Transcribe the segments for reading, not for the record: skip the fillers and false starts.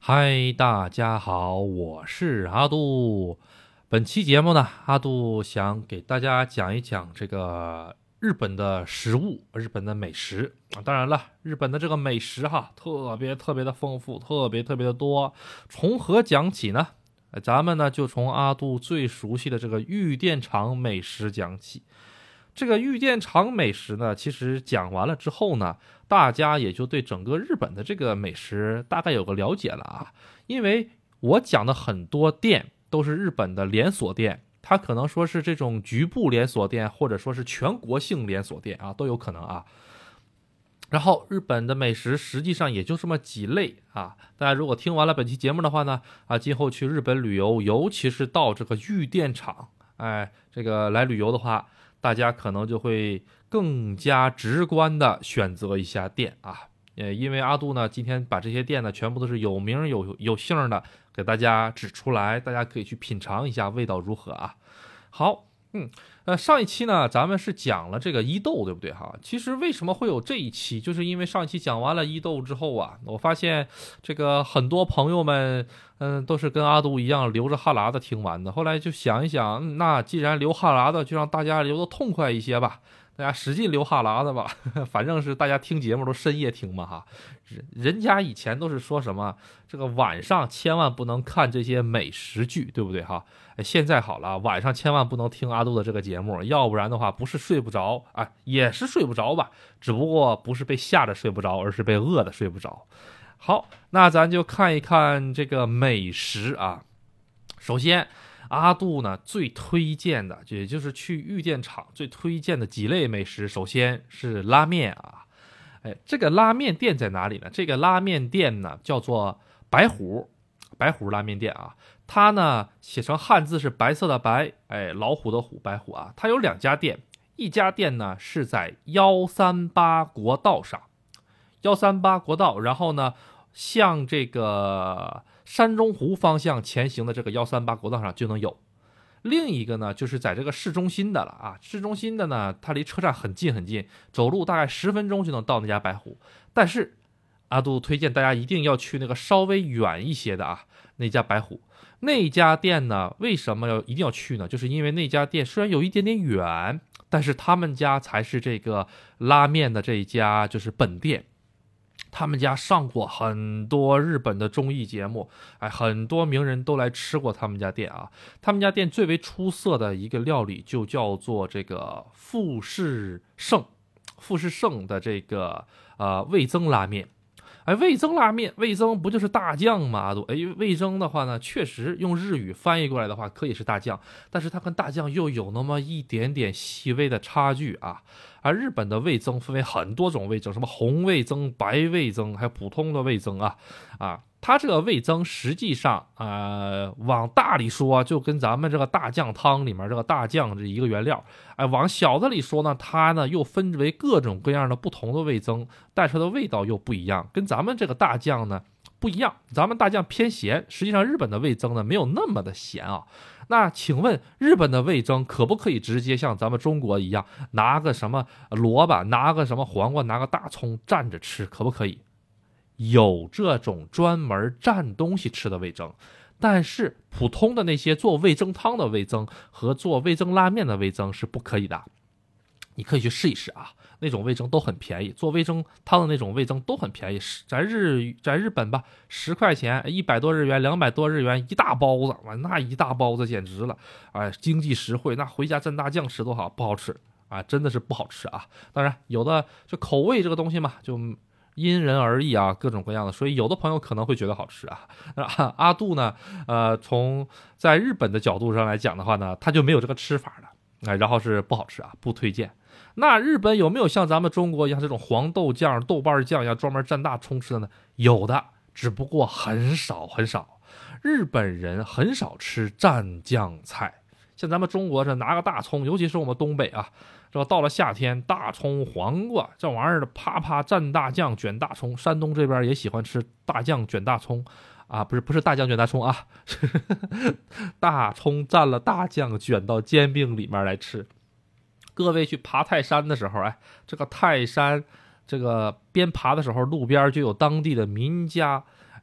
嗨，大家好，我是阿杜。本期节目呢，阿杜想给大家讲一讲这个日本的食物，日本的美食啊。当然了，日本的这个美食哈，特别的丰富，特别的多。从何讲起呢？咱们呢就从阿杜最熟悉的这个玉电厂美食讲起。这个玉电厂美食呢，其实讲完了之后呢，大家也就对整个日本的这个美食大概有个了解了啊。因为我讲的很多店都是日本的连锁店，它可能说是这种局部连锁店，或者说是全国性连锁店啊，都有可能啊。然后日本的美食实际上也就这么几类啊。大家如果听完了本期节目的话呢，今后去日本旅游，尤其是到这个玉电厂，这个来旅游的话，大家可能就会更加直观的选择一下店啊。因为阿杜呢，今天把这些店呢全部都是有名有姓的给大家指出来，大家可以去品尝一下味道如何啊。好，上一期呢，咱们是讲了这个伊豆，对不对哈？其实为什么会有这一期，就是因为上一期讲完了伊豆之后啊，我发现这个很多朋友们，都是跟阿杜一样流着哈喇子听完的。后来就想一想，那既然流哈喇子，就让大家流得痛快一些吧。大家使劲流哈喇子吧，反正是大家听节目都深夜听嘛哈。人家以前都是说什么这个晚上千万不能看这些美食剧，对不对哈？现在好了，晚上千万不能听阿杜的这个节目，要不然的话不是睡不着啊，也是睡不着吧，只不过不是被吓着睡不着，而是被饿的睡不着。好，那咱就看一看这个美食啊。首先阿杜呢最推荐的，也就是去玉电厂最推荐的几类美食，首先是拉面啊。这个拉面店在哪里呢？这个拉面店呢叫做白虎拉面店啊。它呢写成汉字是白色的白，老虎的虎，白虎啊。它有两家店，一家店呢是在138国道上，138国道，然后呢向这个山中湖方向前行的这个138国道上就能有。另一个呢，就是在这个市中心的了啊。市中心的呢，它离车站很近，走路大概10分钟就能到那家白虎。但是阿杜推荐大家一定要去那个稍微远一些的啊，那家白虎。那家店呢，为什么一定要去呢？就是因为那家店虽然有一点点远，但是他们家才是这个拉面的这一家就是本店。他们家上过很多日本的综艺节目，很多名人都来吃过他们家店啊。他们家店最为出色的一个料理就叫做这个富士盛的这个味增拉面。味增拉面，味增不就是大酱吗？味增的话呢，确实用日语翻译过来的话可以是大酱，但是它跟大酱又有那么一点点细微的差距啊。而日本的味增分为很多种味增，什么红味增、白味增，还有普通的味增啊。它这个味增实际上往大里说就跟咱们这个大酱汤里面这个大酱这一个原料。往小的里说呢，它呢又分为各种各样的不同的味增，带出来的味道又不一样，跟咱们这个大酱呢不一样。咱们大酱偏咸，实际上日本的味增呢没有那么的咸啊。那请问日本的味增可不可以直接像咱们中国一样，拿个什么萝卜，拿个什么黄瓜，拿个大葱蘸着吃，可不可以？有这种专门蘸东西吃的味增，但是普通的那些做味增汤的味增和做味增拉面的味增是不可以的。你可以去试一试啊，那种味增都很便宜，做味增汤的那种味增都很便宜，在日本吧，10块钱100多日元200多日元一大包子，那一大包子简直了，经济实惠，那回家蘸大酱吃多好，不好吃啊，真的是不好吃啊。当然有的就口味这个东西嘛，就因人而异啊，各种各样的，所以有的朋友可能会觉得好吃啊。阿杜呢，从在日本的角度上来讲的话呢，他就没有这个吃法的，然后是不好吃啊，不推荐。那日本有没有像咱们中国一样这种黄豆酱、豆瓣酱一样专门蘸大葱吃的呢？有的，只不过很少。日本人很少吃蘸酱菜，像咱们中国是拿个大葱，尤其是我们东北啊，这到了夏天，大葱、黄瓜这玩意儿的啪啪蘸大酱卷大葱。山东这边也喜欢吃大酱卷大葱啊，不是大酱卷大葱啊，大葱蘸了大酱卷到煎饼里面来吃。各位去爬泰山的时候，这个泰山这个边爬的时候，路边就有当地的民家，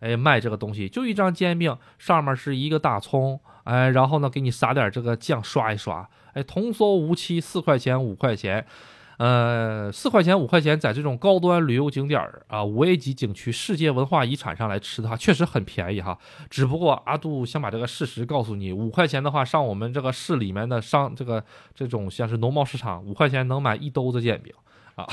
卖这个东西，就一张煎饼，上面是一个大葱，然后呢给你撒点这个酱刷一刷，童叟无欺，4块钱5块钱。4块钱5块钱，在这种高端旅游景点啊，5A 级景区、世界文化遗产上来吃的话，确实很便宜哈。只不过阿杜想把这个事实告诉你，5块钱的话，上我们这个市里面的这种像是农贸市场，5块钱能买1兜子煎饼啊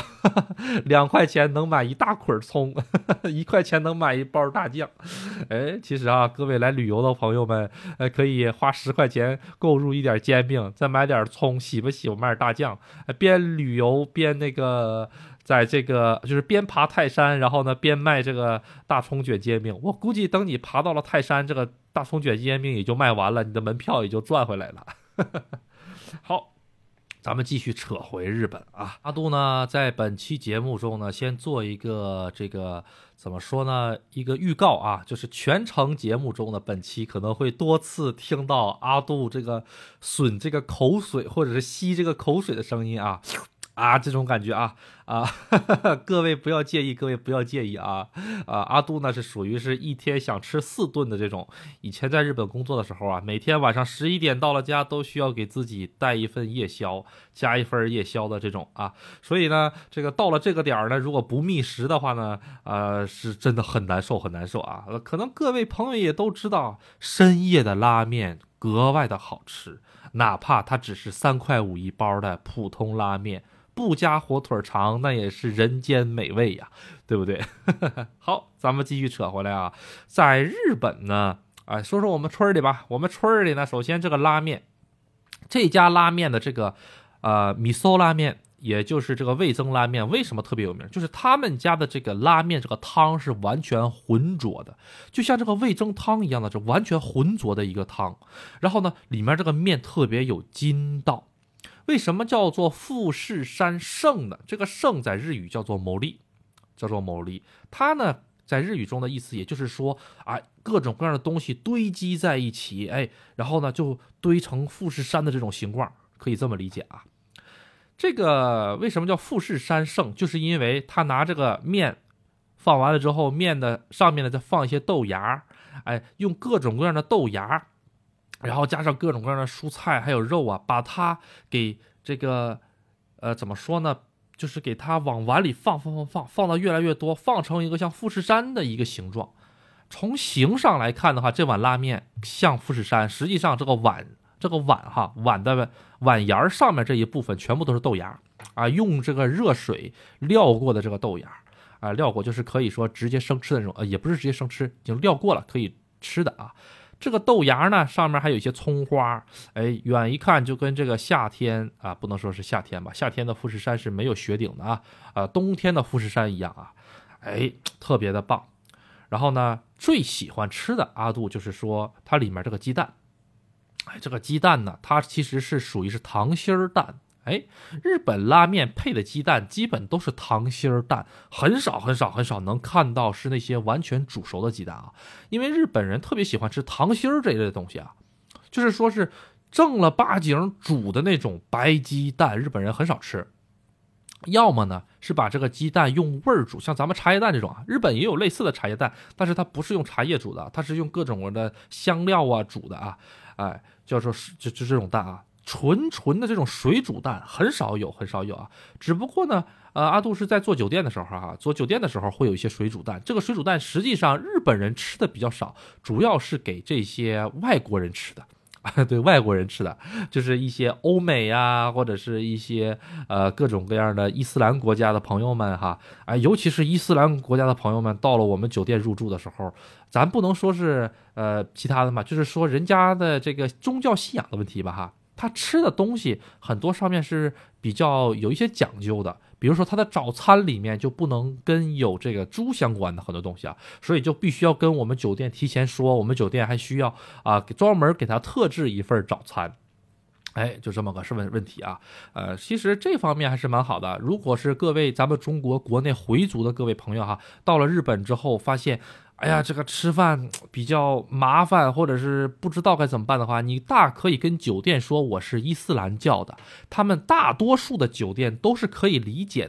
，2块钱能买一大捆葱，1块钱能买一包大酱。其实啊，各位来旅游的朋友们，可以花10块钱购入一点煎饼，再买点葱，洗吧洗吧，买点大酱，边旅游边那个，在这个就是边爬泰山，然后呢边卖这个大葱卷煎饼。我估计等你爬到了泰山，这个大葱卷煎饼也就卖完了，你的门票也就赚回来了。好。咱们继续扯回日本啊，阿杜呢在本期节目中呢，先做一个这个怎么说呢，一个预告啊，就是全程节目中的本期可能会多次听到阿杜这个吮这个口水或者是吸这个口水的声音啊，这种感觉各位不要介意，各位不要介意阿杜呢是属于是一天想吃4顿的这种。以前在日本工作的时候啊，每天晚上11点到了家，都需要给自己带一份夜宵，加一份夜宵的这种所以呢，这个到了这个点呢，如果不觅食的话呢，是真的很难受，很难受啊。可能各位朋友也都知道，深夜的拉面格外的好吃，哪怕它只是3块5一包的普通拉面。不加火腿肠，那也是人间美味呀，对不对？好，咱们继续扯回来啊，在日本呢，说说我们村里吧。我们村里呢，首先这个拉面，这家拉面的这个米搜拉面，也就是这个味增拉面，为什么特别有名？就是他们家的这个拉面，这个汤是完全浑浊的，就像这个味增汤一样的，这完全浑浊的一个汤。然后呢，里面这个面特别有筋道。为什么叫做富士山盛呢？这个盛在日语叫做某利，它呢在日语中的意思也就是说各种各样的东西堆积在一起，然后呢就堆成富士山的这种形状，可以这么理解啊。这个为什么叫富士山盛？就是因为他拿这个面放完了之后，面的上面呢再放一些豆芽，用各种各样的豆芽。然后加上各种各样的蔬菜还有肉把它给这个怎么说呢，就是给它往碗里放到越来越多，放成一个像富士山的一个形状。从形上来看的话，这碗拉面像富士山，实际上这个碗的碗沿上面这一部分全部都是豆芽用这个热水撂过的这个豆芽撂过就是可以说直接生吃的那种，也不是直接生吃，已经撂过了可以吃的这个豆芽呢，上面还有一些葱花，远一看就跟这个夏天不能说是夏天吧，夏天的富士山是没有雪顶的冬天的富士山一样特别的棒。然后呢，最喜欢吃的阿杜就是说它里面这个鸡蛋，这个鸡蛋呢，它其实是属于是溏心蛋。日本拉面配的鸡蛋基本都是溏心蛋，很少能看到是那些完全煮熟的鸡蛋因为日本人特别喜欢吃溏心这一类的东西就是说是正儿八经煮的那种白鸡蛋，日本人很少吃。要么呢是把这个鸡蛋用味儿煮，像咱们茶叶蛋这种日本也有类似的茶叶蛋，但是它不是用茶叶煮的，它是用各种的香料煮的叫做就这种蛋纯的这种水煮蛋很少有只不过呢，阿杜是在做酒店的时候做酒店的时候会有一些水煮蛋。这个水煮蛋实际上日本人吃的比较少，主要是给这些外国人吃的。对外国人吃的，就是一些欧美或者是一些各种各样的伊斯兰国家的朋友们尤其是伊斯兰国家的朋友们到了我们酒店入住的时候，咱不能说是其他的嘛，就是说人家的这个宗教信仰的问题吧他吃的东西很多上面是比较有一些讲究的，比如说他的早餐里面就不能跟有这个猪相关的很多东西所以就必须要跟我们酒店提前说，我们酒店还需要专门给他特制一份早餐。就这么个问题其实这方面还是蛮好的。如果是各位咱们中国国内回族的各位朋友到了日本之后发现这个吃饭比较麻烦，或者是不知道该怎么办的话，你大可以跟酒店说我是伊斯兰教的，他们大多数的酒店都是可以理解的，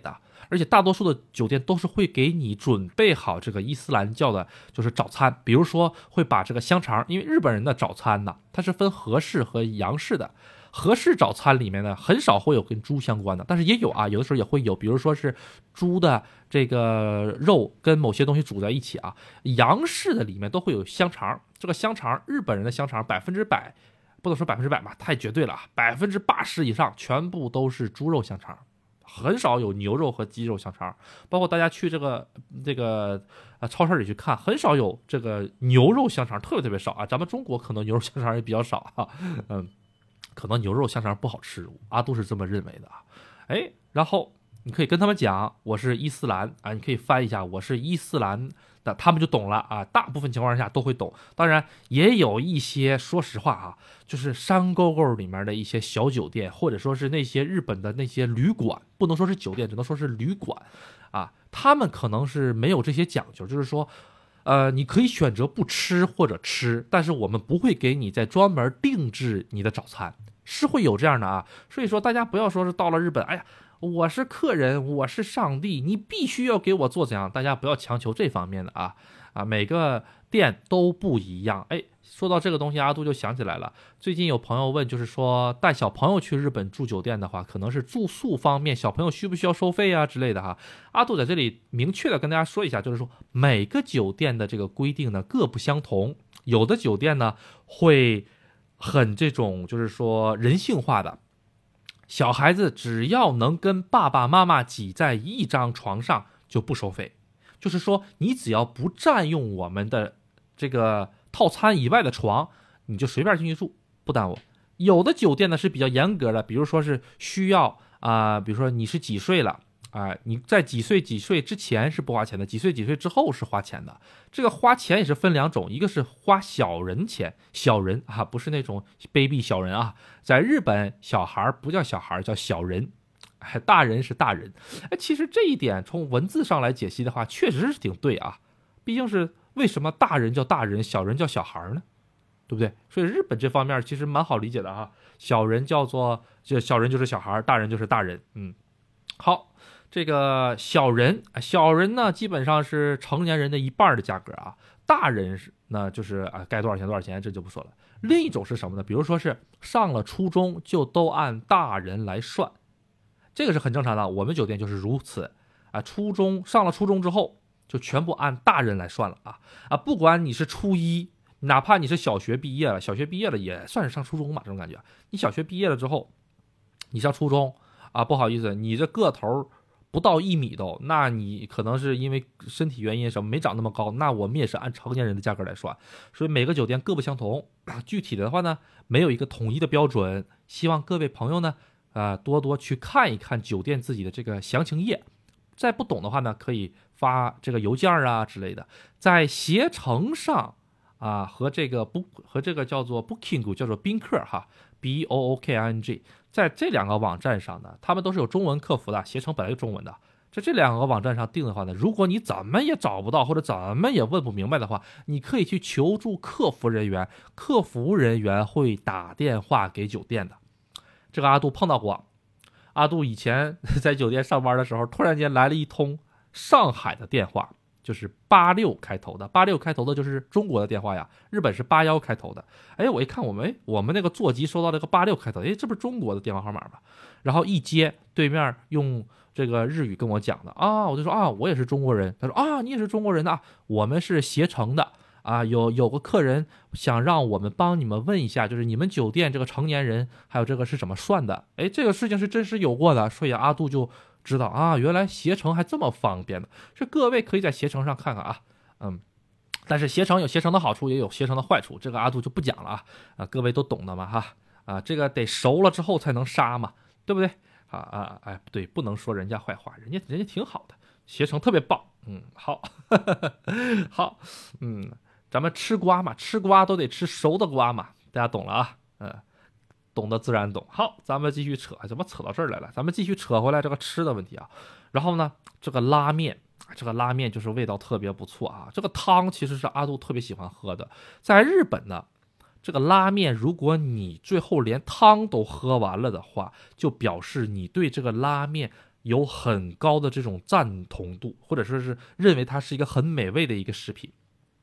而且大多数的酒店都是会给你准备好这个伊斯兰教的就是早餐，比如说会把这个香肠，因为日本人的早餐呢它是分和式和洋式的，和式早餐里面呢很少会有跟猪相关的，但是也有啊，有的时候也会有，比如说是猪的这个肉跟某些东西煮在一起啊。洋式的里面都会有香肠，这个香肠日本人的香肠100%，不能说100%吧，太绝对了，80%以上全部都是猪肉香肠，很少有牛肉和鸡肉香肠。包括大家去这个超市里去看，很少有这个牛肉香肠，特别少啊。咱们中国可能牛肉香肠也比较少啊，可能牛肉香肠不好吃，阿杜是这么认为的啊。然后你可以跟他们讲我是伊斯兰啊，你可以翻一下我是伊斯兰的，他们就懂了啊。大部分情况下都会懂，当然也有一些，说实话啊，就是山沟沟里面的一些小酒店，或者说是那些日本的那些旅馆，不能说是酒店，只能说是旅馆啊，他们可能是没有这些讲究，就是说你可以选择不吃或者吃，但是我们不会给你再专门定制你的早餐，是会有这样的啊。所以说大家不要说是到了日本，哎呀，我是客人，我是上帝，你必须要给我做怎样，大家不要强求这方面的啊。每个店都不一样。说到这个东西，阿杜就想起来了，最近有朋友问，就是说带小朋友去日本住酒店的话，可能是住宿方面小朋友需不需要收费啊之类的哈。阿杜在这里明确的跟大家说一下，就是说每个酒店的这个规定呢各不相同，有的酒店呢会很这种就是说人性化的，小孩子只要能跟爸爸妈妈挤在一张床上就不收费，就是说你只要不占用我们的这个套餐以外的床，你就随便进去住，不耽误。有的酒店呢是比较严格的，比如说是需要比如说你是几岁了你在几岁之前是不花钱的，几岁之后是花钱的。这个花钱也是分两种，一个是花小人钱，小人啊，不是那种卑鄙小人啊，在日本小孩不叫小孩，叫小人，大人是大人。其实这一点从文字上来解析的话，确实是挺对啊。毕竟是为什么大人叫大人，小人叫小孩呢？对不对？所以日本这方面其实蛮好理解的啊。小人小人就是小孩，大人就是大人。好，这个小人呢，基本上是成年人的一半的价格啊。大人呢，就是该多少钱，这就不说了。另一种是什么呢？比如说是上了初中就都按大人来算，这个是很正常的。我们酒店就是如此上了初中之后，就全部按大人来算了不管你是初一，哪怕你是小学毕业了也算是上初中嘛，这种感觉。你小学毕业了之后，你上初中不好意思，你这个头不到1米都，那你可能是因为身体原因什么没长那么高，那我们也是按成年人的价格来算，所以每个酒店各不相同。具体的话呢，没有一个统一的标准，希望各位朋友呢多多去看一看酒店自己的这个详情页。再不懂的话呢，可以发这个邮件之类的，在携程上和这个叫做 Booking 叫做宾客BOOKING， 在这两个网站上呢，他们都是有中文客服的，携程本来就中文的，在这两个网站上订的话呢，如果你怎么也找不到或者怎么也问不明白的话，你可以去求助客服人员，客服人员会打电话给酒店的。这个阿杜碰到过。阿杜以前在酒店上班的时候，突然间来了一通上海的电话，就是86开头的，86开头的就是中国的电话呀，日本是81开头的。我一看我们那个座机收到这个86开头，这不是中国的电话号码吗？然后一接，对面用这个日语跟我讲的我就说我也是中国人。他说你也是中国人的我们是携程的有个客人想让我们帮你们问一下，就是你们酒店这个成年人还有这个是怎么算的。这个事情是真实有过的，所以阿杜就知道原来携程还这么方便的。是各位可以在携程上看看但是携程有携程的好处，也有携程的坏处，这个阿杜就不讲了各位都懂的嘛这个得熟了之后才能杀嘛，对不对对，不能说人家坏话，人家挺好的，携程特别棒。好好咱们吃瓜嘛，吃瓜都得吃熟的瓜嘛，大家懂了懂得自然懂。好，咱们继续扯，怎么扯到这儿来了？咱们继续扯回来这个吃的问题然后呢，这个拉面就是味道特别不错这个汤其实是阿杜特别喜欢喝的。在日本呢，这个拉面如果你最后连汤都喝完了的话，就表示你对这个拉面有很高的这种赞同度，或者说是认为它是一个很美味的一个食品。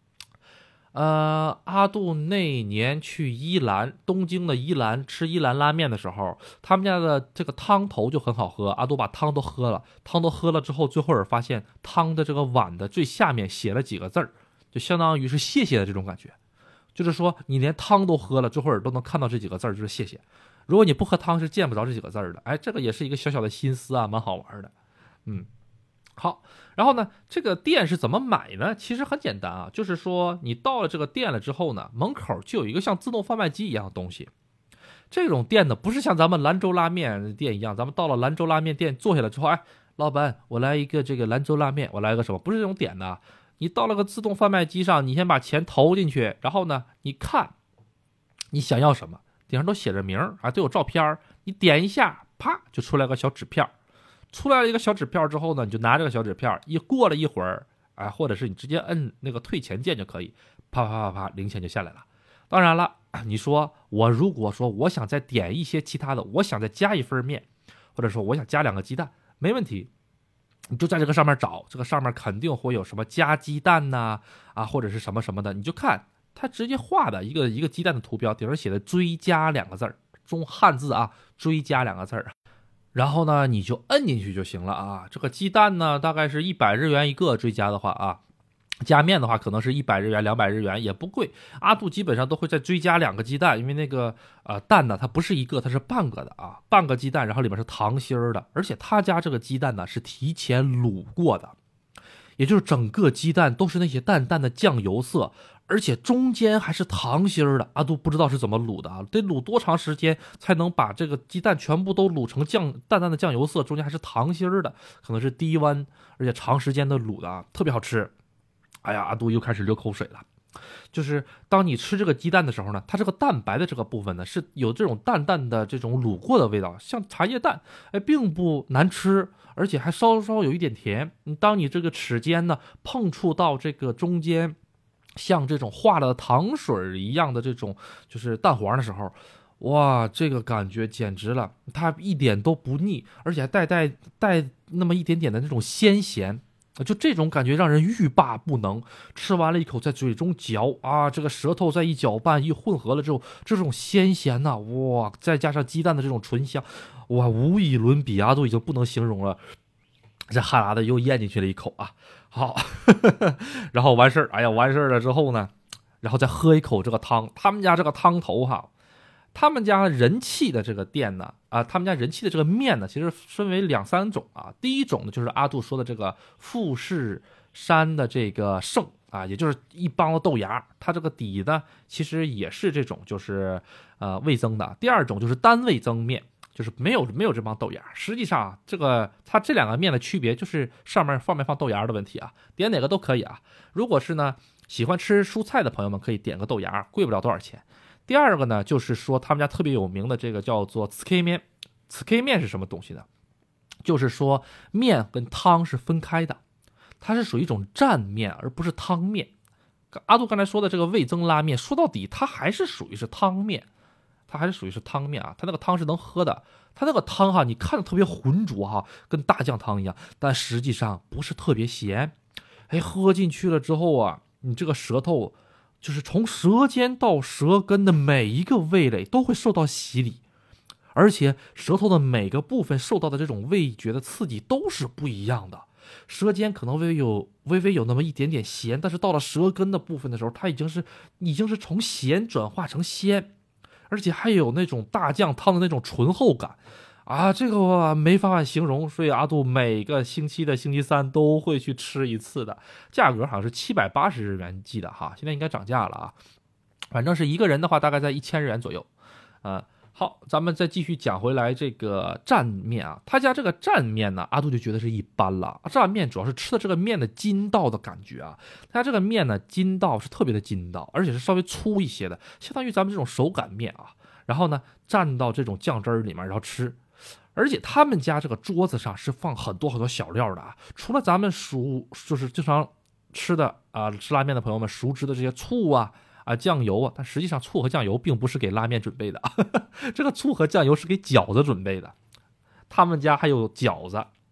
阿杜那年去伊兰，东京的伊兰吃伊兰拉面的时候，他们家的这个汤头就很好喝。阿杜把汤都喝了，之后，最后发现汤的这个碗的最下面写了几个字儿，就相当于是谢谢的这种感觉。就是说，你连汤都喝了，最后都能看到这几个字儿，就是谢谢。如果你不喝汤，是见不着这几个字儿的。哎，这个也是一个小小的心思啊，蛮好玩的。好，然后呢，这个店是怎么买呢？其实很简单啊，就是说你到了这个店了之后呢，门口就有一个像自动贩卖机一样的东西。这种店呢，不是像咱们兰州拉面店一样，咱们到了兰州拉面店坐下来之后，哎，老板，我来一个这个兰州拉面，我来一个什么？不是这种点的。你到了个自动贩卖机上，你先把钱投进去，然后呢，你看你想要什么，顶上都写着名啊，都有照片，你点一下，啪就出来个小纸片。出来了一个小纸片之后呢，你就拿这个小纸片，过了一会儿，哎，或者是你直接摁那个退钱键就可以，啪啪啪啪，零钱就下来了。当然了，你说我如果说我想再点一些其他的，我想再加一份面，或者说我想加2个鸡蛋，没问题，你就在这个上面找，这个上面肯定会有什么加鸡蛋呐，或者是什么什么的，你就看它直接画的一个鸡蛋的图标，顶上写的追加2个字，中汉字啊，追加2个字。然后呢，你就摁进去就行了啊。这个鸡蛋呢，大概是100日元一个，追加的话啊，加面的话可能是100日元、200日元，也不贵。阿杜基本上都会再追加2个鸡蛋，因为那个蛋呢，它不是一个，它是半个的啊，半个鸡蛋，然后里面是糖心儿的，而且他家这个鸡蛋呢是提前卤过的，也就是整个鸡蛋都是那些淡淡的酱油色。而且中间还是糖心儿的，阿杜不知道是怎么卤的啊，得卤多长时间才能把这个鸡蛋全部都卤成淡淡的酱油色，中间还是糖心儿的，可能是低温，而且长时间的卤的啊，特别好吃。哎呀，阿杜又开始流口水了。就是当你吃这个鸡蛋的时候呢，它这个蛋白的这个部分呢是有这种淡淡的这种卤过的味道，像茶叶蛋，哎，并不难吃，而且还稍稍有一点甜。当你这个齿间呢碰触到这个中间像这种化了糖水一样的这种就是蛋黄的时候，哇，这个感觉简直了，它一点都不腻，而且还带那么一点点的那种鲜咸，就这种感觉让人欲罢不能。吃完了一口在嘴中嚼啊，这个舌头再一搅拌一混合了之后，这种鲜咸呐，哇，再加上鸡蛋的这种醇香，哇，无以伦比啊，都已经不能形容了。这哈喇子又咽进去了一口啊，好，然后完事儿，哎呀，完事儿了之后呢，然后再喝一口这个汤。他们家这个汤头哈，他们家人气的这个店呢，他们家人气的这个面呢，其实分为2、3种啊。第一种呢，就是阿杜说的这个富士山的这个盛啊，也就是一帮的豆芽，它这个底呢，其实也是这种就是味增的。第二种就是单味增面。就是没有这帮豆芽，实际上它这2个面的区别就是上面放没放豆芽的问题啊，点哪个都可以啊。如果是呢喜欢吃蔬菜的朋友们可以点个豆芽，贵不了多少钱。第二个呢就是说他们家特别有名的这个叫做刺 K 面，刺 K 面是什么东西呢？就是说面跟汤是分开的，它是属于一种蘸面而不是汤面。阿杜刚才说的这个味增拉面，说到底它还是属于是汤面。它还是属于是汤面啊，它那个汤是能喝的，它那个汤哈，你看着特别浑浊哈，跟大酱汤一样，但实际上不是特别咸。哎，喝进去了之后啊，你这个舌头就是从舌尖到舌根的每一个味蕾都会受到洗礼，而且舌头的每个部分受到的这种味觉的刺激都是不一样的。舌尖可能微微有那么一点点咸，但是到了舌根的部分的时候，它已经是从咸转化成鲜。而且还有那种大酱汤的那种醇厚感啊，这个我没法形容，所以阿杜每个星期的星期三都会去吃一次的，价格好像是780日元，记得哈，现在应该涨价了啊，反正是一个人的话大概在1000日元左右，好，咱们再继续讲回来这个蘸面啊，他家这个蘸面呢，阿杜就觉得是一般了。蘸面主要是吃的这个面的筋道的感觉啊，他家这个面呢筋道是特别的筋道，而且是稍微粗一些的，相当于咱们这种手擀面啊。然后呢蘸到这种酱汁里面，然后吃。而且他们家这个桌子上是放很多很多小料的啊，除了咱们就是经常吃的吃拉面的朋友们熟知的这些醋酱油啊，但实际上醋和酱油并不是给拉面准备的，这个醋和酱油是给饺子准备的。他们家还有饺子，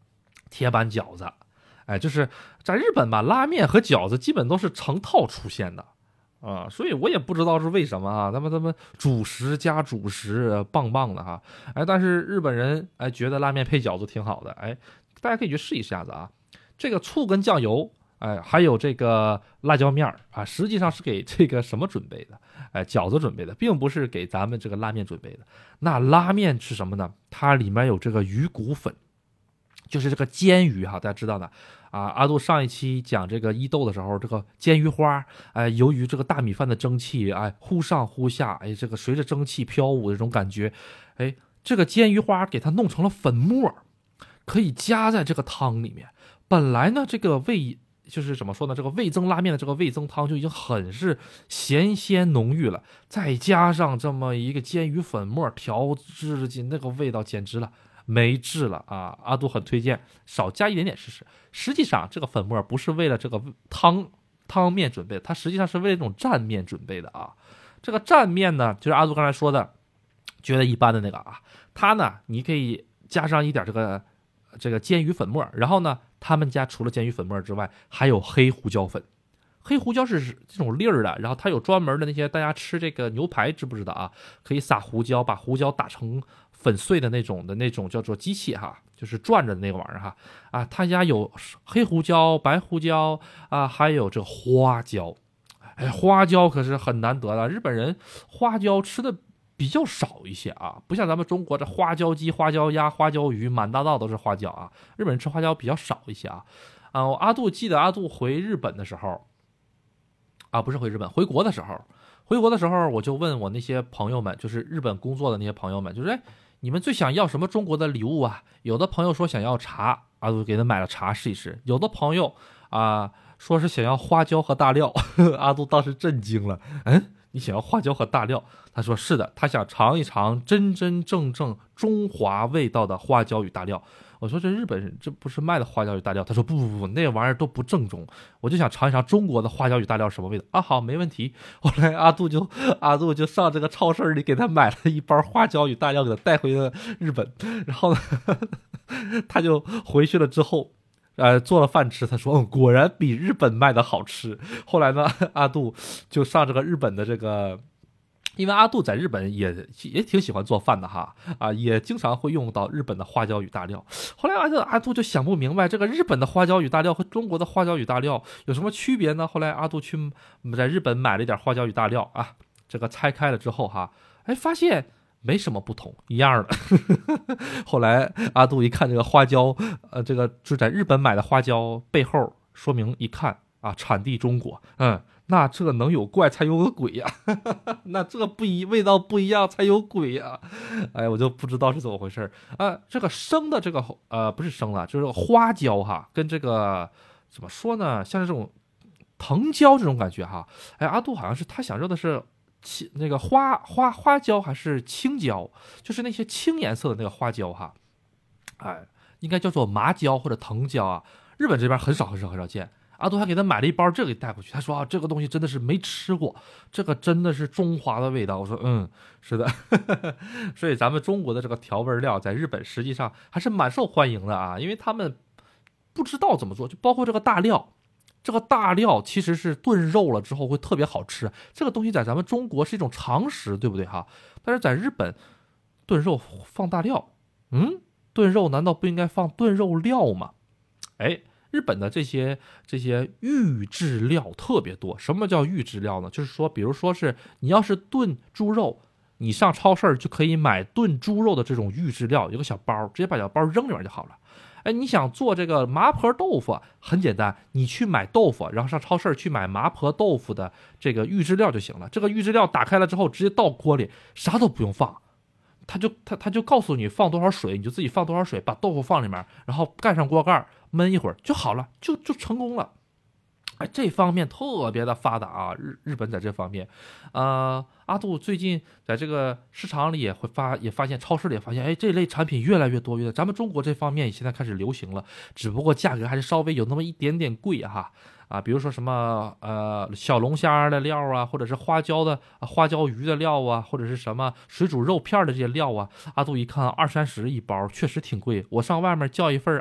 铁板饺子。就是在日本吧，拉面和饺子基本都是成套出现的所以我也不知道是为什么啊，他们主食加主食，棒棒的哈。但是日本人觉得拉面配饺子挺好的，大家可以去试一下子啊。这个醋跟酱油，还有这个辣椒面实际上是给这个什么准备的？饺子准备的，并不是给咱们这个拉面准备的。那拉面是什么呢？它里面有这个鱼骨粉，就是这个煎鱼哈，大家知道的阿杜上一期讲这个伊豆的时候，这个煎鱼花，由于这个大米饭的蒸汽，忽上忽下，这个随着蒸汽飘舞的这种感觉，这个煎鱼花给它弄成了粉末，可以加在这个汤里面。本来呢，这个就是怎么说呢？这个味增拉面的这个味增汤就已经很是咸鲜浓郁了，再加上这么一个煎鱼粉末调制进那个味道，简直了。没治了阿杜很推荐少加一点点试试。实际上这个粉末不是为了这个汤面准备的，它实际上是为了这种蘸面准备的这个蘸面呢，就是阿杜刚才说的觉得一般的那个它呢你可以加上一点这个煎鱼粉末，然后呢他们家除了煎鱼粉末之外还有黑胡椒粉。黑胡椒是这种粒儿的，然后它有专门的那些大家吃这个牛排知不知道可以撒胡椒，把胡椒打成粉碎的那种叫做机器就是转着的那个玩意儿他家有黑胡椒、白胡椒还有这个花椒。花椒可是很难得的，日本人花椒吃的比较少一些不像咱们中国这花椒鸡、花椒鸭、花椒鱼满大道都是花椒日本人吃花椒比较少一些我记得阿杜回日本的时候不是回日本，回国的时候我就问我那些朋友们，就是日本工作的那些朋友们，就是你们最想要什么中国的礼物有的朋友说想要茶，阿杜给他买了茶试一试。有的朋友说是想要花椒和大料，阿杜当时震惊了。你想要花椒和大料？他说是的，他想尝一尝真真正正中华味道的花椒与大料。我说这日本人这不是卖的花椒与大料？他说不，那玩意儿都不正宗。我就想尝一尝中国的花椒与大料什么味道好，没问题。后来阿杜就上这个超市里给他买了一包花椒与大料，给他带回了日本。然后呢，他就回去了之后。做了饭吃，他说果然比日本卖的好吃。后来呢，阿杜就上这个日本的这个，因为阿杜在日本也挺喜欢做饭的也经常会用到日本的花椒与大料。后来阿杜就想不明白，这个日本的花椒与大料和中国的花椒与大料有什么区别呢？后来阿杜去在日本买了一点花椒与大料这个拆开了之后发现没什么不同，一样的。后来阿杜一看这个花椒，这个就在日本买的花椒背后说明一看产地中国，那这能有怪才有个鬼呀，那这个味道不一样才有鬼呀，我就不知道是怎么回事这个生的这个不是生的，就是花椒跟这个怎么说呢，像是这种藤椒这种感觉阿杜好像是他想说的是。那个花椒还是青椒，就是那些青颜色的那个花椒应该叫做麻椒或者藤椒日本这边很少见。阿杜还给他买了一包这个带过去，他说这个东西真的是没吃过，这个真的是中华的味道。我说是的。所以咱们中国的这个调味料在日本实际上还是蛮受欢迎的因为他们不知道怎么做，就包括这个大料。这个大料其实是炖肉了之后会特别好吃，这个东西在咱们中国是一种常识，对不对但是在日本炖肉放大料，炖肉难道不应该放炖肉料吗？日本的这些预制料特别多。什么叫预制料呢？就是说比如说是你要是炖猪肉，你上超市就可以买炖猪肉的这种预制料，有个小包，直接把小包扔里面就好了。你想做这个麻婆豆腐很简单，你去买豆腐，然后上超市去买麻婆豆腐的这个预制料就行了。这个预制料打开了之后直接倒锅里，啥都不用放，他就告诉你放多少水，你就自己放多少水，把豆腐放里面，然后盖上锅盖焖一会儿就好了，就成功了。这方面特别的发达日本在这方面，阿杜最近在这个市场里也发现，超市里也发现，这类产品越来越多。咱们中国这方面现在开始流行了，只不过价格还是稍微有那么一点点贵比如说什么小龙虾的料或者是花椒鱼的料或者是什么水煮肉片的这些料阿杜一看20-30一包，确实挺贵。我上外面叫一份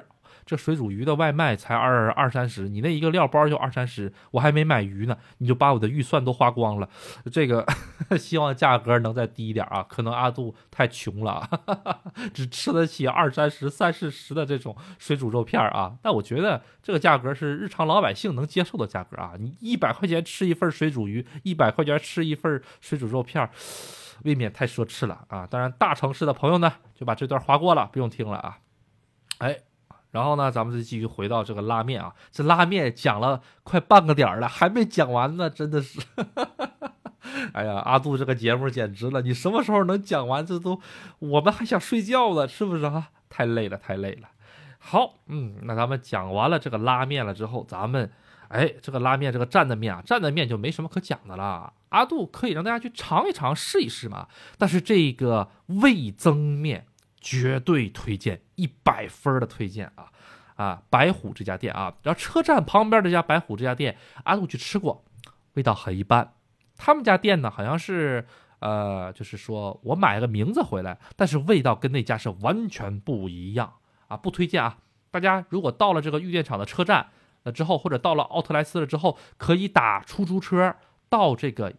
这水煮鱼的外卖才二三十，你那一个料包就20-30，我还没买鱼呢，你就把我的预算都花光了。这个希望价格能再低一点啊，可能阿杜太穷了，只吃得起20-30、30-40的这种水煮肉片啊。但我觉得这个价格是日常老百姓能接受的价格啊。你100块钱吃一份水煮鱼，100块钱吃一份水煮肉片，未免太奢侈了啊！当然，大城市的朋友呢，就把这段划过了，不用听了啊。哎，然后呢，咱们就继续回到这个拉面啊。这拉面讲了快半个点了，还没讲完呢，真的是。哎呀，阿杜这个节目简直了，你什么时候能讲完？这都我们还想睡觉呢，是不是啊？太累了，太累了。好，那咱们讲完了这个拉面了之后，咱们这个拉面这个蘸的面啊，蘸的面就没什么可讲的了。阿杜可以让大家去尝一尝，试一试嘛。但是这个味增面绝对推荐，100分的推荐啊！白虎这家店啊，然后车站旁边这家白虎这家店，阿杜去吃过，味道很一般。他们家店呢，好像是就是说我买个名字回来，但是味道跟那家是完全不一样啊，不推荐啊！大家如果到了这个玉电厂的车站之后，或者到了奥特莱斯了之后，可以打出租车到这个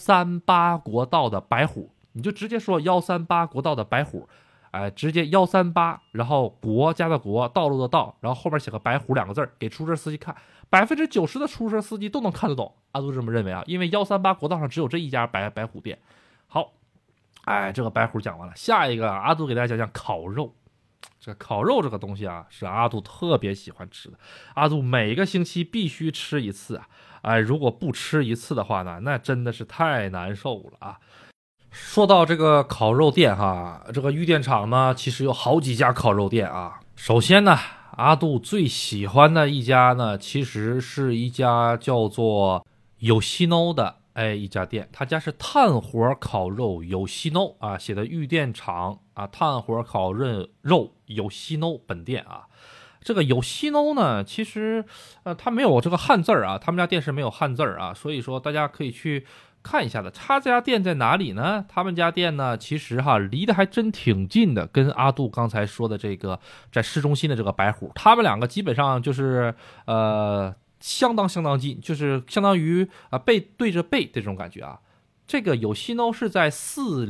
138国道的白虎，你就直接说138国道的白虎，直接138，然后国家的国，道路的道，然后后面写个白虎2个字，给出租车司机看，90%的出租车司机都能看得懂。阿杜这么认为啊，因为138国道上只有这一家白虎店。好，这个白虎讲完了，下一个阿杜给大家讲讲烤肉。这烤肉这个东西啊，是阿杜特别喜欢吃的。阿杜每个星期必须吃一次啊！如果不吃一次的话呢，那真的是太难受了啊！说到这个烤肉店哈，这个玉电厂呢，其实有好几家烤肉店啊。首先呢，阿杜最喜欢的一家呢，其实是一家叫做有西 no 的一家店，他家是炭火烤肉有西 no 啊，写的玉电厂啊，炭火烤肉有西 no 本店啊。这个有西 no 呢，其实它没有这个汉字啊，他们家店是没有汉字啊，所以说大家可以去看一下的。他家店在哪里呢？他们家店呢，其实离得还真挺近的，跟阿杜刚才说的这个在市中心的这个白虎，他们两个基本上就是相当近，就是相当于背对着背这种感觉啊。这个有西 no 是在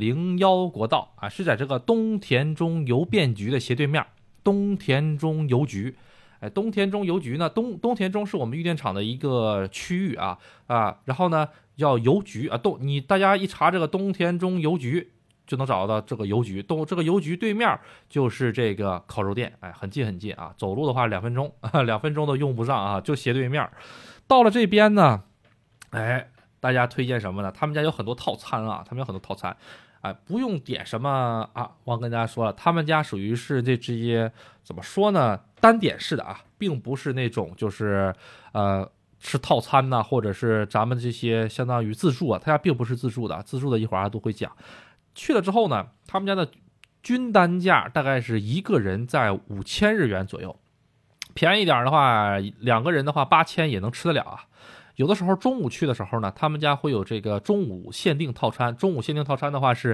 401国道啊，是在这个东田中邮便局的斜对面，东田中邮局。东田中邮局呢，东田中是我们玉电厂的一个区域啊，然后呢叫邮局啊，大家一查这个东田中邮局就能找到这个邮局，这个邮局对面就是这个烤肉店，很近啊，走路的话2分钟，2分钟都用不上啊，就斜对面。到了这边呢，大家推荐什么呢？他们家有很多套餐啊，不用点什么啊。忘跟大家说了，他们家属于是这些怎么说呢？单点式的啊，并不是那种就是吃套餐呐，或者是咱们这些相当于自助啊，他家并不是自助的，自助的一会儿都会讲。去了之后呢，他们家的均单价大概是一个人在5000日元左右，便宜点的话，2个人的话8000也能吃得了啊。有的时候中午去的时候呢，他们家会有这个中午限定套餐。中午限定套餐的话是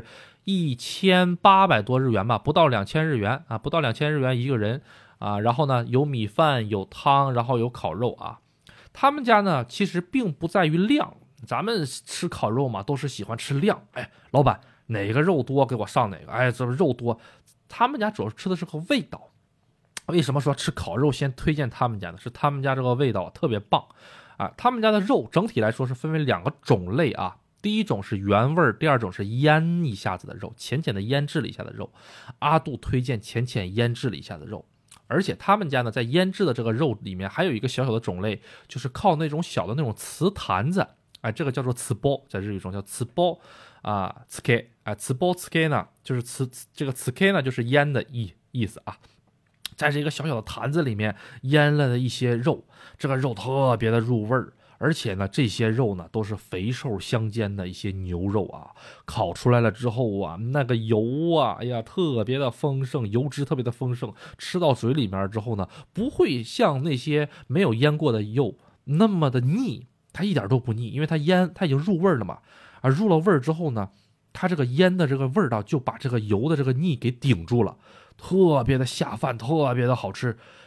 1800多日元吧，不到2000日元啊，不到2000日元一个人啊。然后呢，有米饭，有汤，然后有烤肉啊。他们家呢，其实并不在于量，咱们吃烤肉嘛，都是喜欢吃量。老板哪个肉多给我上哪个，这肉多。他们家主要吃的是个味道。为什么说吃烤肉先推荐他们家呢？是他们家这个味道特别棒。他们家的肉整体来说是分为2个种类啊，第一种是原味，第二种是腌一下子的肉，浅浅的腌制了一下的肉。阿杜推荐浅腌制了一下的肉，而且他们家呢，在腌制的这个肉里面还有一个小小的种类，就是靠那种小的那种瓷坛子，这个叫做瓷包，在日语中叫瓷包瓷 K 瓷包瓷 K 呢，就是这个瓷 K 呢，就是腌的意思啊。在这个小小的坛子里面腌了的一些肉，这个肉特别的入味儿，而且呢，这些肉呢都是肥瘦相间的一些牛肉啊，烤出来了之后啊，那个油啊，特别的丰盛，油脂特别的丰盛，吃到嘴里面之后呢，不会像那些没有腌过的肉那么的腻，它一点都不腻，因为它已经入味了嘛，入了味之后呢，它这个腌的这个味道就把这个油的这个腻给顶住了。特别的下饭，特别的好吃。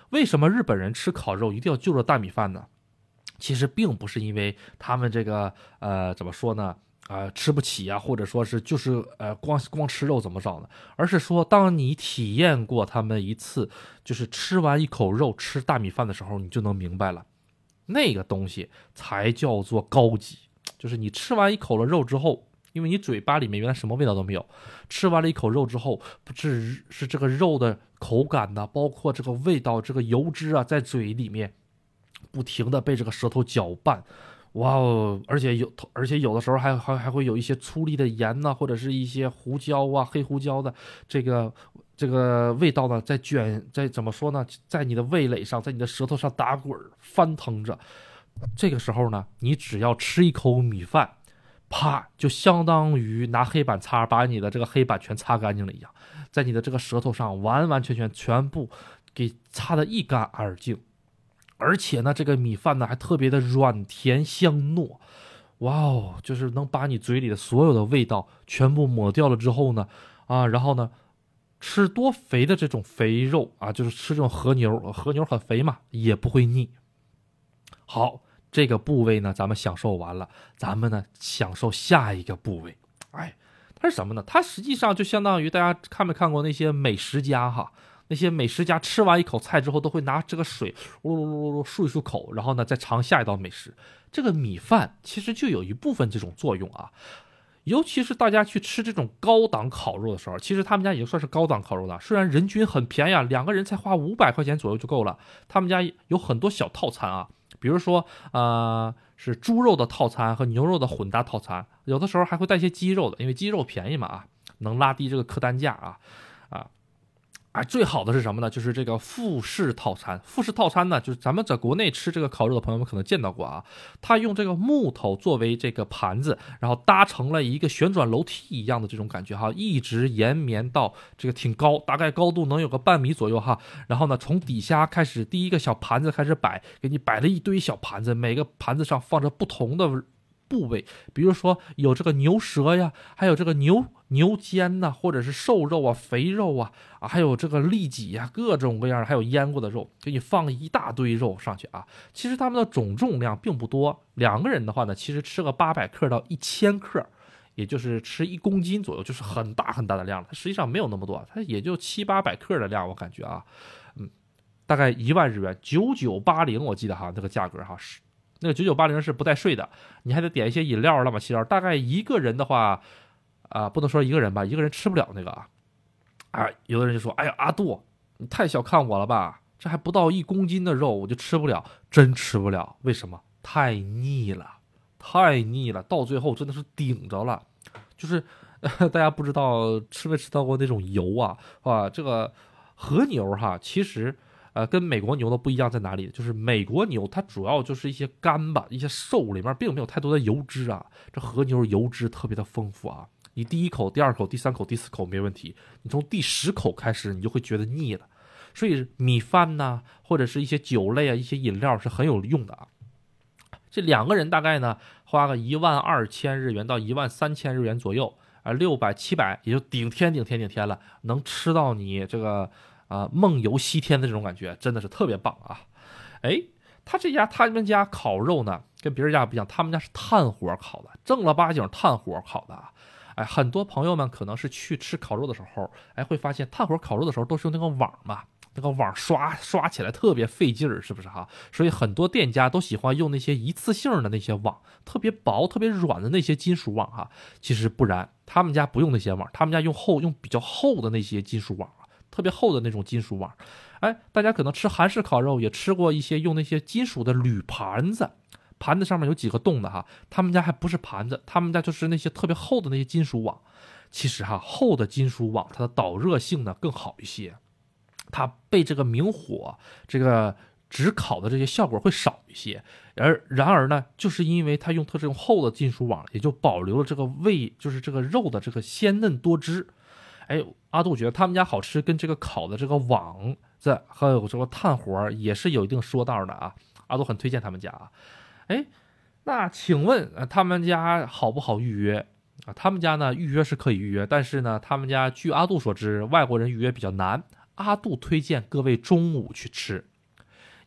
为什么日本人吃烤肉一定要就着大米饭呢？其实并不是因为他们这个怎么说呢？吃不起啊，或者说是就是光吃肉怎么着呢？而是说，当你体验过他们一次，就是吃完一口肉吃大米饭的时候，你就能明白了，那个东西才叫做高级。就是你吃完一口了肉之后，因为你嘴巴里面原来什么味道都没有，吃完了一口肉之后，不是这个肉的口感呢，包括这个味道，这个油脂啊，在嘴里面不停的被这个舌头搅拌。哇哦！而且有的时候还会有一些粗粒的盐呐，或者是一些胡椒啊、黑胡椒的这个味道呢，在怎么说呢，在你的味蕾上，在你的舌头上打滚翻腾着。这个时候呢，你只要吃一口米饭，啪，就相当于拿黑板擦把你的这个黑板全擦干净了一样，在你的这个舌头上完完全部给擦得一干二净。而且呢，这个米饭呢还特别的软甜香糯，哇哦，就是能把你嘴里的所有的味道全部抹掉了之后呢，然后呢，吃多肥的这种肥肉啊，就是吃这种和牛很肥嘛，也不会腻。好，这个部位呢，咱们享受完了，咱们呢享受下一个部位。它是什么呢？它实际上就相当于大家看没看过那些美食家哈？那些美食家吃完一口菜之后，都会拿这个水噜噜噜噜漱一漱口，然后呢再尝下一道美食。这个米饭其实就有一部分这种作用啊。尤其是大家去吃这种高档烤肉的时候，其实他们家已经算是高档烤肉了。虽然人均很便宜啊，2个人才花500块钱左右就够了。他们家有很多小套餐啊，比如说是猪肉的套餐和牛肉的混搭套餐，有的时候还会带些鸡肉的，因为鸡肉便宜嘛能拉低这个客单价最好的是什么呢？就是这个复式套餐。复式套餐呢，就是咱们在国内吃这个烤肉的朋友们可能见到过啊，它用这个木头作为这个盘子，然后搭成了一个旋转楼梯一样的这种感觉哈，一直延绵到这个挺高，大概高度能有个半米左右哈。然后呢，从底下开始，第一个小盘子开始摆，给你摆了一堆小盘子，每个盘子上放着不同的部位，比如说有这个牛舌呀，还有这个牛肩呐，或者是瘦肉啊、肥肉啊，还有这个里脊呀，各种各样的，还有腌过的肉，给你放一大堆肉上去啊。其实他们的总重量并不多，2个人的话呢，其实吃个800克到1000克，也就是吃1公斤左右，就是很大很大的量了。它实际上没有那么多，它也就700-800克的量，我感觉啊，大概1万日元，9980，我记得哈，这个价格哈是。那个9980是不带税的，你还得点一些饮料，乱七八糟。大概一个人的话，不能说一个人吧，一个人吃不了那个有的人就说：“哎呀，阿杜，你太小看我了吧？这还不到1公斤的肉，我就吃不了，真吃不了。为什么？太腻了，太腻了，到最后真的是顶着了。就是大家不知道吃没吃到过那种油这个和牛哈，其实。跟美国牛的不一样在哪里？就是美国牛它主要就是一些肝吧，一些瘦，里面并没有太多的油脂啊。这和牛油脂特别的丰富啊，你第1口、第2口、第3口、第4口没问题，你从第10口开始，你就会觉得腻了。所以米饭呐，或者是一些酒类啊、一些饮料是很有用的啊。这2个人大概呢，花个12000日元到13000日元左右，600-700也就顶天了，能吃到你这个。梦游西天的这种感觉真的是特别棒啊！他们家烤肉呢，跟别人家不一样，他们家是炭火烤的，正儿八经炭火烤的啊！很多朋友们可能是去吃烤肉的时候，会发现炭火烤肉的时候都是用那个网嘛，那个网刷起来特别费劲儿，是不是哈？所以很多店家都喜欢用那些一次性的那些网，特别薄、特别软的那些金属网哈。其实不然，他们家不用那些网，他们家用比较厚的那些金属网。特别厚的那种金属网，大家可能吃韩式烤肉也吃过一些用那些金属的铝盘子，盘子上面有几个洞的哈，他们家还不是盘子，他们家就是那些特别厚的那些金属网。其实厚的金属网它的导热性呢更好一些，它被这个明火这个直烤的这些效果会少一些。然而呢，就是因为它用这种厚的金属网，也就保留了这个就是这个肉的这个鲜嫩多汁。阿杜觉得他们家好吃，跟这个烤的这个网子还有这个炭火也是有一定说道的啊。阿杜很推荐他们家啊。那请问他们家好不好预约啊？他们家呢预约是可以预约，但是呢他们家据阿杜所知，外国人预约比较难。阿杜推荐各位中午去吃，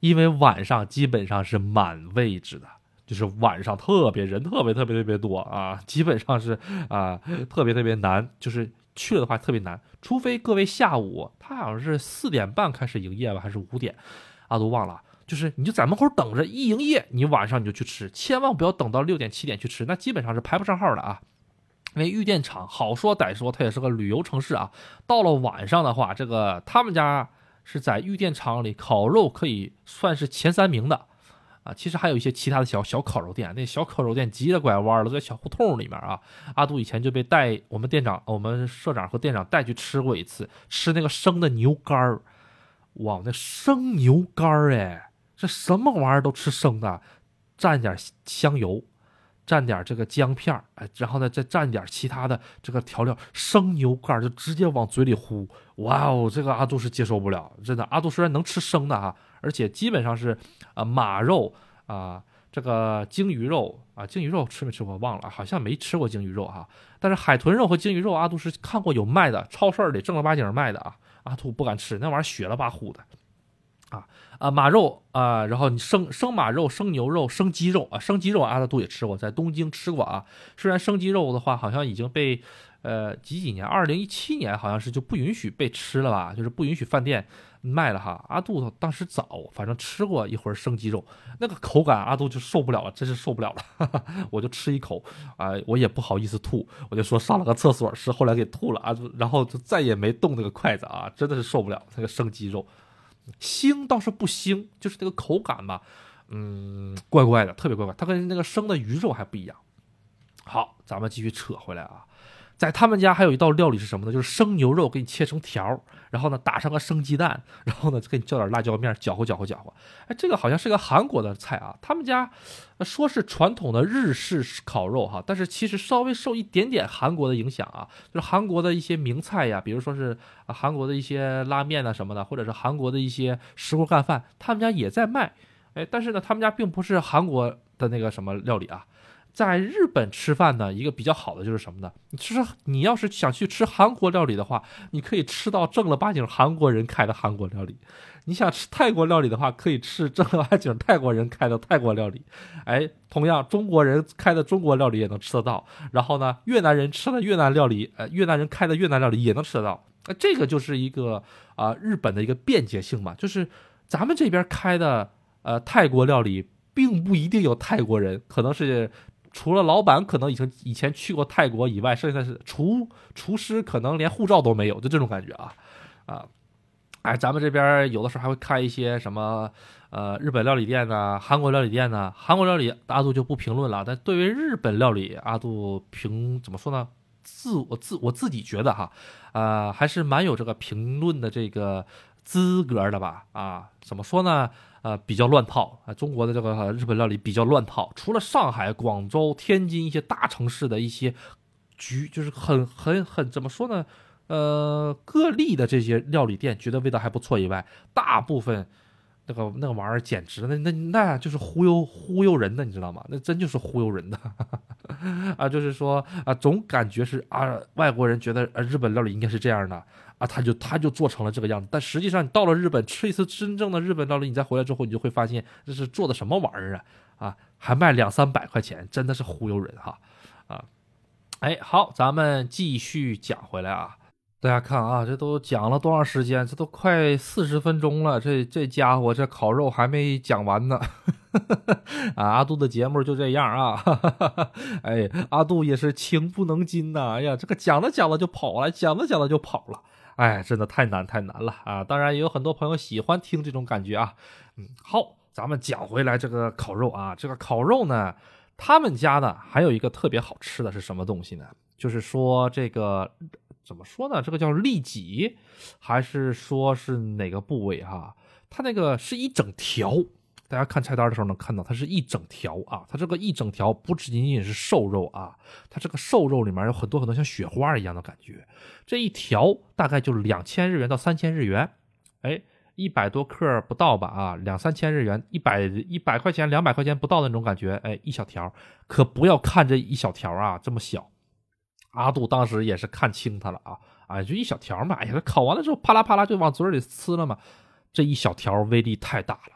因为晚上基本上是满位置的，就是晚上人特别多啊，基本上是特别难，就是去了的话特别难，除非各位下午他好像是4点半开始营业吧，还是5点，阿杜忘了。就是你就在门口等着，一营业你晚上你就去吃，千万不要等到6点7点去吃，那基本上是排不上号的啊。因为玉电厂好说歹说，它也是个旅游城市啊。到了晚上的话，这个他们家是在玉电厂里烤肉可以算是前3名的啊。其实还有一些其他的小烤肉店，那小烤肉店急着拐弯了，在小胡同里面啊。阿杜以前就被带我们社长和店长带去吃过一次，吃那个生的牛肝儿，哇，那生牛肝儿哎，这什么玩意儿都吃生的，蘸点香油。蘸点这个姜片，然后呢再蘸点其他的这个调料，生牛肝就直接往嘴里呼，哇哦，这个阿杜是接受不了，真的。阿杜虽然能吃生的哈，而且基本上是马肉这个鲸鱼肉鲸鱼肉吃没吃过忘了，好像没吃过鲸鱼肉哈。但是海豚肉和鲸鱼肉，阿杜是看过有卖的，超市里正儿八经卖的啊，阿杜不敢吃，那玩意儿血了吧呼的。马肉然后你生马肉、生牛肉、生鸡肉生鸡肉阿杜也吃过，在东京吃过啊。虽然生鸡肉的话好像已经被几年，2017年好像是就不允许被吃了吧，就是不允许饭店卖了哈。阿杜当时反正吃过一会儿生鸡肉，那个口感阿杜就受不了了，真是受不了了。我就吃一口我也不好意思吐，我就说上了个厕所吃，后来给吐了然后就再也没动那个筷子真的是受不了那个生鸡肉。腥倒是不腥，就是这个口感嘛，怪怪的，特别怪怪，它跟那个生的鱼肉还不一样。好，咱们继续扯回来啊，在他们家还有一道料理是什么呢？就是生牛肉给你切成条，然后呢打上个生鸡蛋，然后呢给你浇点辣椒面，搅和。这个好像是个韩国的菜啊，他们家说是传统的日式烤肉哈，但是其实稍微受一点点韩国的影响啊，就是韩国的一些名菜呀，比如说是韩国的一些拉面什么的，或者是韩国的一些石锅干饭，他们家也在卖。但是呢，他们家并不是韩国的那个什么料理啊。在日本吃饭呢，一个比较好的就是什么呢？你要是想去吃韩国料理的话，你可以吃到正儿八经韩国人开的韩国料理；你想吃泰国料理的话，可以吃正儿八经泰国人开的泰国料理。同样中国人开的中国料理也能吃得到。然后呢，越南人吃的越南料理，越南人开的越南料理也能吃得到。这个就是一个日本的一个便捷性嘛，就是咱们这边开的泰国料理，并不一定有泰国人，可能是。除了老板可能以前去过泰国以外，剩下是厨师可能连护照都没有，就这种感觉咱们这边有的时候还会开一些什么日本料理店呢，韩国料理店呢。韩国料理阿杜就不评论了，但对于日本料理，阿杜怎么说呢？我自己觉得还是蛮有这个评论的这个资格的吧怎么说呢？比较乱套中国的这个日本料理比较乱套，除了上海、广州、天津一些大城市的一些就是很怎么说呢？个例的这些料理店觉得味道还不错以外，大部分那个玩意儿简直那就是忽悠人的，你知道吗？那真就是忽悠人的就是说总感觉是外国人觉得日本料理应该是这样的他就做成了这个样子，但实际上你到了日本吃一次真正的日本料理，你再回来之后，你就会发现这是做的什么玩意儿还卖200-300块钱，真的是忽悠人好，咱们继续讲回来大家看这都讲了多长时间？这都快40分钟了，这家伙这烤肉还没讲完呢。阿杜的节目就这样阿杜也是情不能禁呐。哎呀，这个讲着讲着就跑了，讲着讲着就跑了。真的太难了当然也有很多朋友喜欢听这种感觉好，咱们讲回来这个烤肉这个烤肉呢，他们家呢还有一个特别好吃的是什么东西呢？就是说这个怎么说呢？这个叫里脊，还是说是哪个部位它那个是一整条。大家看菜单的时候能看到，它是一整条它这个一整条不仅仅是瘦肉它这个瘦肉里面有很多像雪花一样的感觉。这一条大概就2000日元到3000日元，100多克不到吧2-3千日元，100块钱200块钱不到的那种感觉一小条。可不要看这一小条这么小。阿杜当时也是看清它了就一小条嘛，这烤完了之后啪啦啪啦就往嘴里呲了嘛。这一小条威力太大了。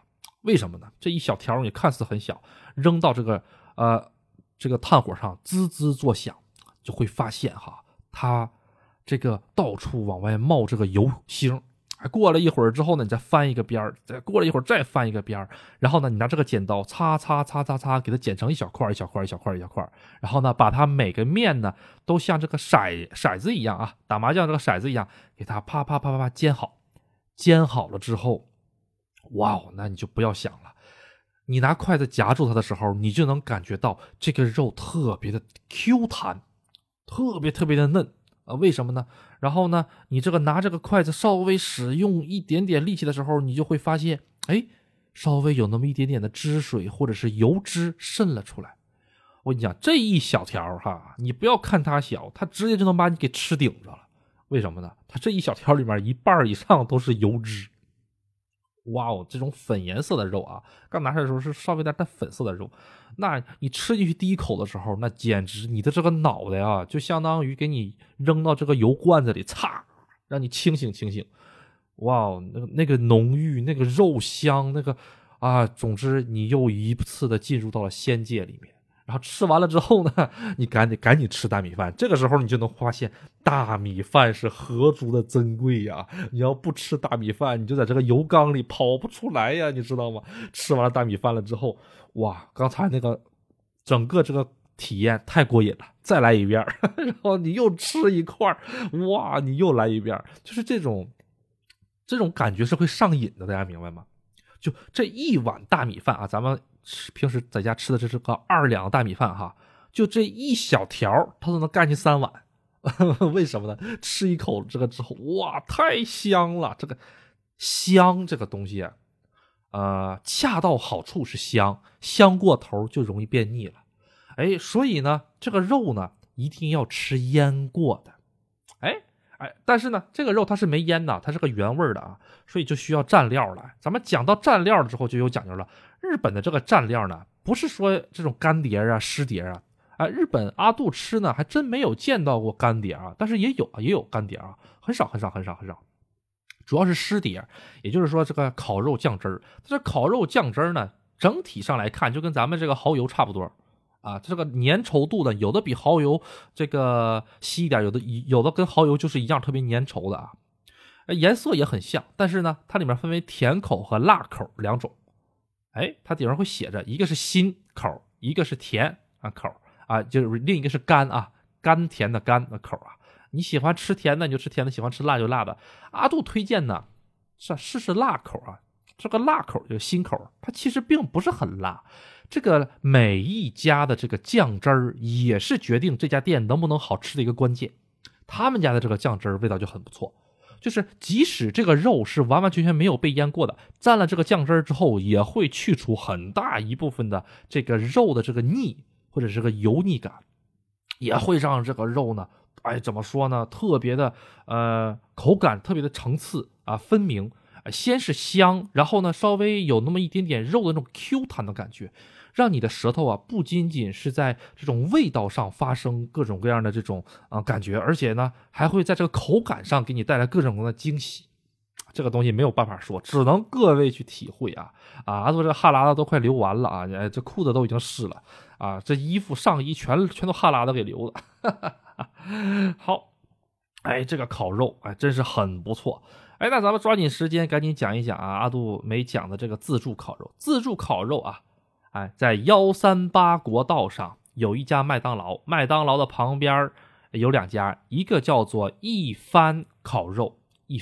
为什么呢？这一小条你看似很小，扔到这个炭火上滋滋作响，就会发现哈，它这个到处往外冒这个油星。过了一会儿之后呢，你再翻一个边儿，再过了一会儿再翻一个边儿，然后呢，你拿这个剪刀擦，给它剪成一小块一小块，然后呢，把它每个面呢都像这个骰子一样啊，打麻将这个骰子一样，给它啪煎好。煎好了之后，哇哦，那你就不要想了，你拿筷子夹住它的时候，你就能感觉到这个肉特别的 Q 弹，特别的嫩。为什么呢？然后呢，你这个拿这个筷子稍微使用一点点力气的时候，你就会发现，稍微有那么一点点的汁水或者是油脂渗了出来。我跟你讲，这一小条哈，你不要看它小，它直接就能把你给吃顶着了。为什么呢？它这一小条里面一半以上都是油脂。哇哦，这种粉颜色的肉啊，刚拿出来的时候是稍微带粉色的肉，那你吃进去第一口的时候，那简直你的这个脑袋啊，就相当于给你扔到这个油罐子里，擦，让你清醒。哇哦，那个浓郁，那个肉香，那个总之你又一次的进入到了仙界里面。然后吃完了之后呢，你赶紧吃大米饭。这个时候你就能发现大米饭是何足的珍贵呀！你要不吃大米饭，你就在这个油缸里跑不出来呀，你知道吗？吃完了大米饭了之后，哇，刚才那个整个这个体验太过瘾了，再来一遍，然后你又吃一块，哇，你又来一遍，就是这种感觉是会上瘾的，大家明白吗？就这一碗大米饭啊，咱们平时在家吃的这是个2两大米饭哈，就这一小条它都能干进3碗。为什么呢？吃一口这个之后，哇，太香了！这个香这个东西恰到好处是香，香过头就容易变腻了。所以呢，这个肉呢一定要吃腌过的。但是呢，这个肉它是没腌的，它是个原味的啊，所以就需要蘸料了。咱们讲到蘸料之后就有讲究了。日本的这个蘸料呢，不是说这种干碟啊、湿碟啊，日本阿杜吃呢还真没有见到过干碟啊，但是也有干碟啊，很少，主要是湿碟，也就是说这个烤肉酱汁儿。这烤肉酱汁儿呢，整体上来看就跟咱们这个蚝油差不多。这个粘稠度呢，有的比蚝油这个稀一点，有的跟蚝油就是一样特别粘稠的啊。颜色也很像，但是呢，它里面分为甜口和辣口2种。它顶上会写着，一个是辛口，一个是甜口就是另一个是甘甘甜的甘的口啊。你喜欢吃甜的你就吃甜的，喜欢吃辣就辣的。阿杜推荐呢试试辣口啊。这个辣口就是辛口，它其实并不是很辣。这个每一家的这个酱汁儿也是决定这家店能不能好吃的一个关键。他们家的这个酱汁儿味道就很不错，就是即使这个肉是完完全全没有被腌过的，蘸了这个酱汁儿之后，也会去除很大一部分的这个肉的这个腻或者是个油腻感，也会让这个肉呢，怎么说呢，特别的口感特别的层次分明。先是香，然后呢稍微有那么一点点肉的那种 Q 弹的感觉，让你的舌头不仅仅是在这种味道上发生各种各样的这种感觉，而且呢还会在这个口感上给你带来各种各样的惊喜。这个东西没有办法说，只能各位去体会阿杜这个哈喇子都快流完了这裤子都已经湿了这衣服上衣全都哈喇子给流了。好，这个烤肉真是很不错。那咱们抓紧时间赶紧讲一讲阿杜没讲的这个自助烤肉。自助烤肉在138国道上有一家麦当劳，麦当劳的旁边有2家，一个叫做一番烤肉，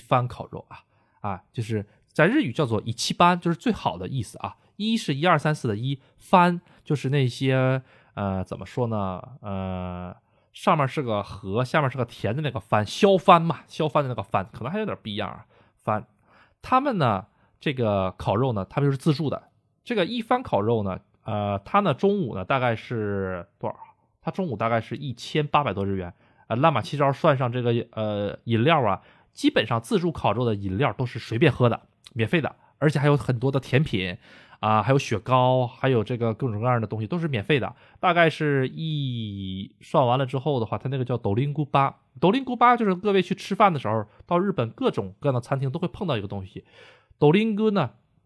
就是在日语叫做一七班，就是最好的意思一是1、2、3、4的一，番就是那些怎么说呢上面是个禾，下面是个田的那个番，削番嘛，削番的那个番，可能还有点不一样番。他们呢，这个烤肉呢，他们就是自助的。这个一番烤肉呢，它呢中午呢大概是多少？它中午大概是1800多日元。乱码七糟算上这个饮料基本上自助烤肉的饮料都是随便喝的，免费的，而且还有很多的甜品。还有雪糕，还有这个各种各样的东西都是免费的。大概是算完了之后的话，它那个叫斗林菇巴。斗林菇巴就是各位去吃饭的时候，到日本各种各样的餐厅都会碰到一个东西。斗林菇呢，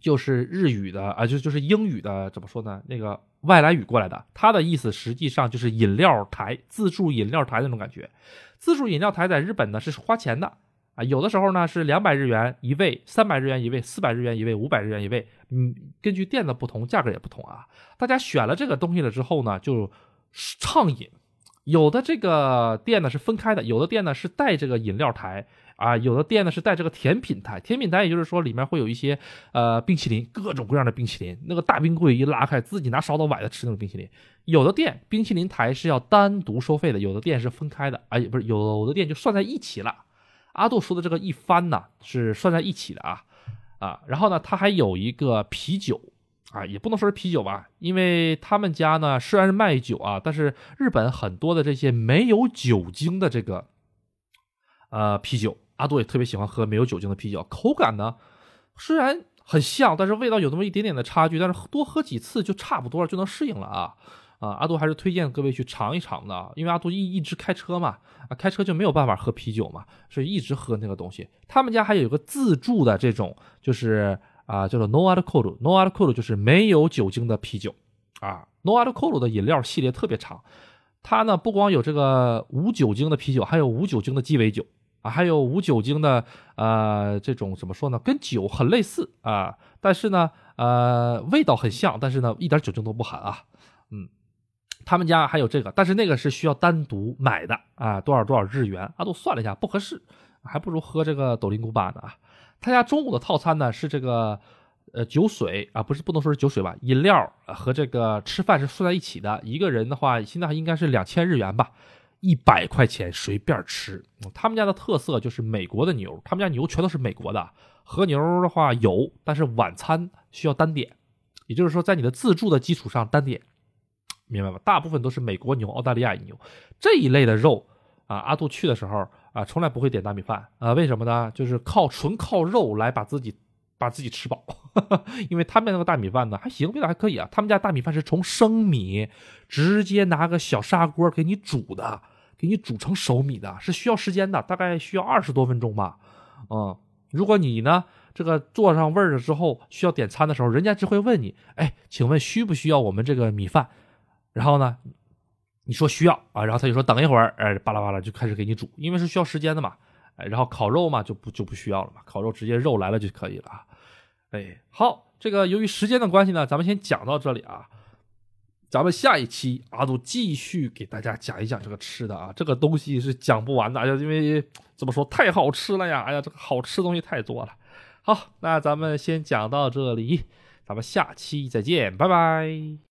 就是日语的啊，就是英语的，怎么说呢？那个外来语过来的，它的意思实际上就是饮料台，自助饮料台那种感觉。自助饮料台在日本呢是花钱的啊，有的时候呢是200日元一位，300日元一位，400日元一位，500日元一位，根据店的不同，价格也不同啊。大家选了这个东西了之后呢，就畅饮。有的这个店呢是分开的，有的店呢是带这个饮料台啊，有的店呢是带这个甜品台。甜品台也就是说里面会有一些冰淇淋，各种各样的冰淇淋，那个大冰柜一拉开，自己拿勺子崴着吃那种冰淇淋。有的店冰淇淋台是要单独收费的，有的店是分开的，不是，有的店就算在一起了。阿杜说的这个一番呢是算在一起的啊，然后呢他还有一个啤酒。也不能说是啤酒吧，因为他们家呢虽然是卖酒啊，但是日本很多的这些没有酒精的这个啤酒，阿杜也特别喜欢喝没有酒精的啤酒，口感呢虽然很像，但是味道有那么一点点的差距，但是多喝几次就差不多了，就能适应了阿杜还是推荐各位去尝一尝的，因为阿杜一直开车嘛，开车就没有办法喝啤酒嘛，所以一直喝那个东西。他们家还有一个自助的这种，就是叫做 no alcohol，no alcohol 就是没有酒精的啤酒no alcohol 的饮料系列特别长，它呢不光有这个无酒精的啤酒，还有无酒精的鸡尾酒还有无酒精的这种怎么说呢，跟酒很类似但是呢味道很像，但是呢一点酒精都不含他们家还有这个，但是那个是需要单独买的多少日元，阿杜算了一下不合适，还不如喝这个斗林古巴呢他家中午的套餐呢是这个酒水不能说是酒水吧，饮料和这个吃饭是算在一起的，一个人的话现在应该是2000日元吧，100块钱随便吃。他们家的特色就是美国的牛，他们家牛全都是美国的，和牛的话有，但是晚餐需要单点，也就是说在你的自助的基础上单点，明白吧？大部分都是美国牛、澳大利亚牛这一类的肉阿杜去的时候从来不会点大米饭为什么呢？就是纯靠肉来把自己吃饱因为他们那个大米饭呢还行，味道还可以他们家大米饭是从生米直接拿个小砂锅给你煮的，给你煮成熟米的，是需要时间的，大概需要20多分钟吧如果你呢这个做上味儿了之后需要点餐的时候，人家只会问你请问需不需要我们这个米饭，然后呢你说需要然后他就说等一会儿巴拉巴拉就开始给你煮，因为是需要时间的嘛然后烤肉嘛就不需要了嘛，烤肉直接肉来了就可以了好，这个由于时间的关系呢咱们先讲到这里咱们下一期阿杜继续给大家讲一讲这个吃的这个东西是讲不完的因为怎么说太好吃了呀，这个好吃的东西太多了。好，那咱们先讲到这里，咱们下期再见，拜拜。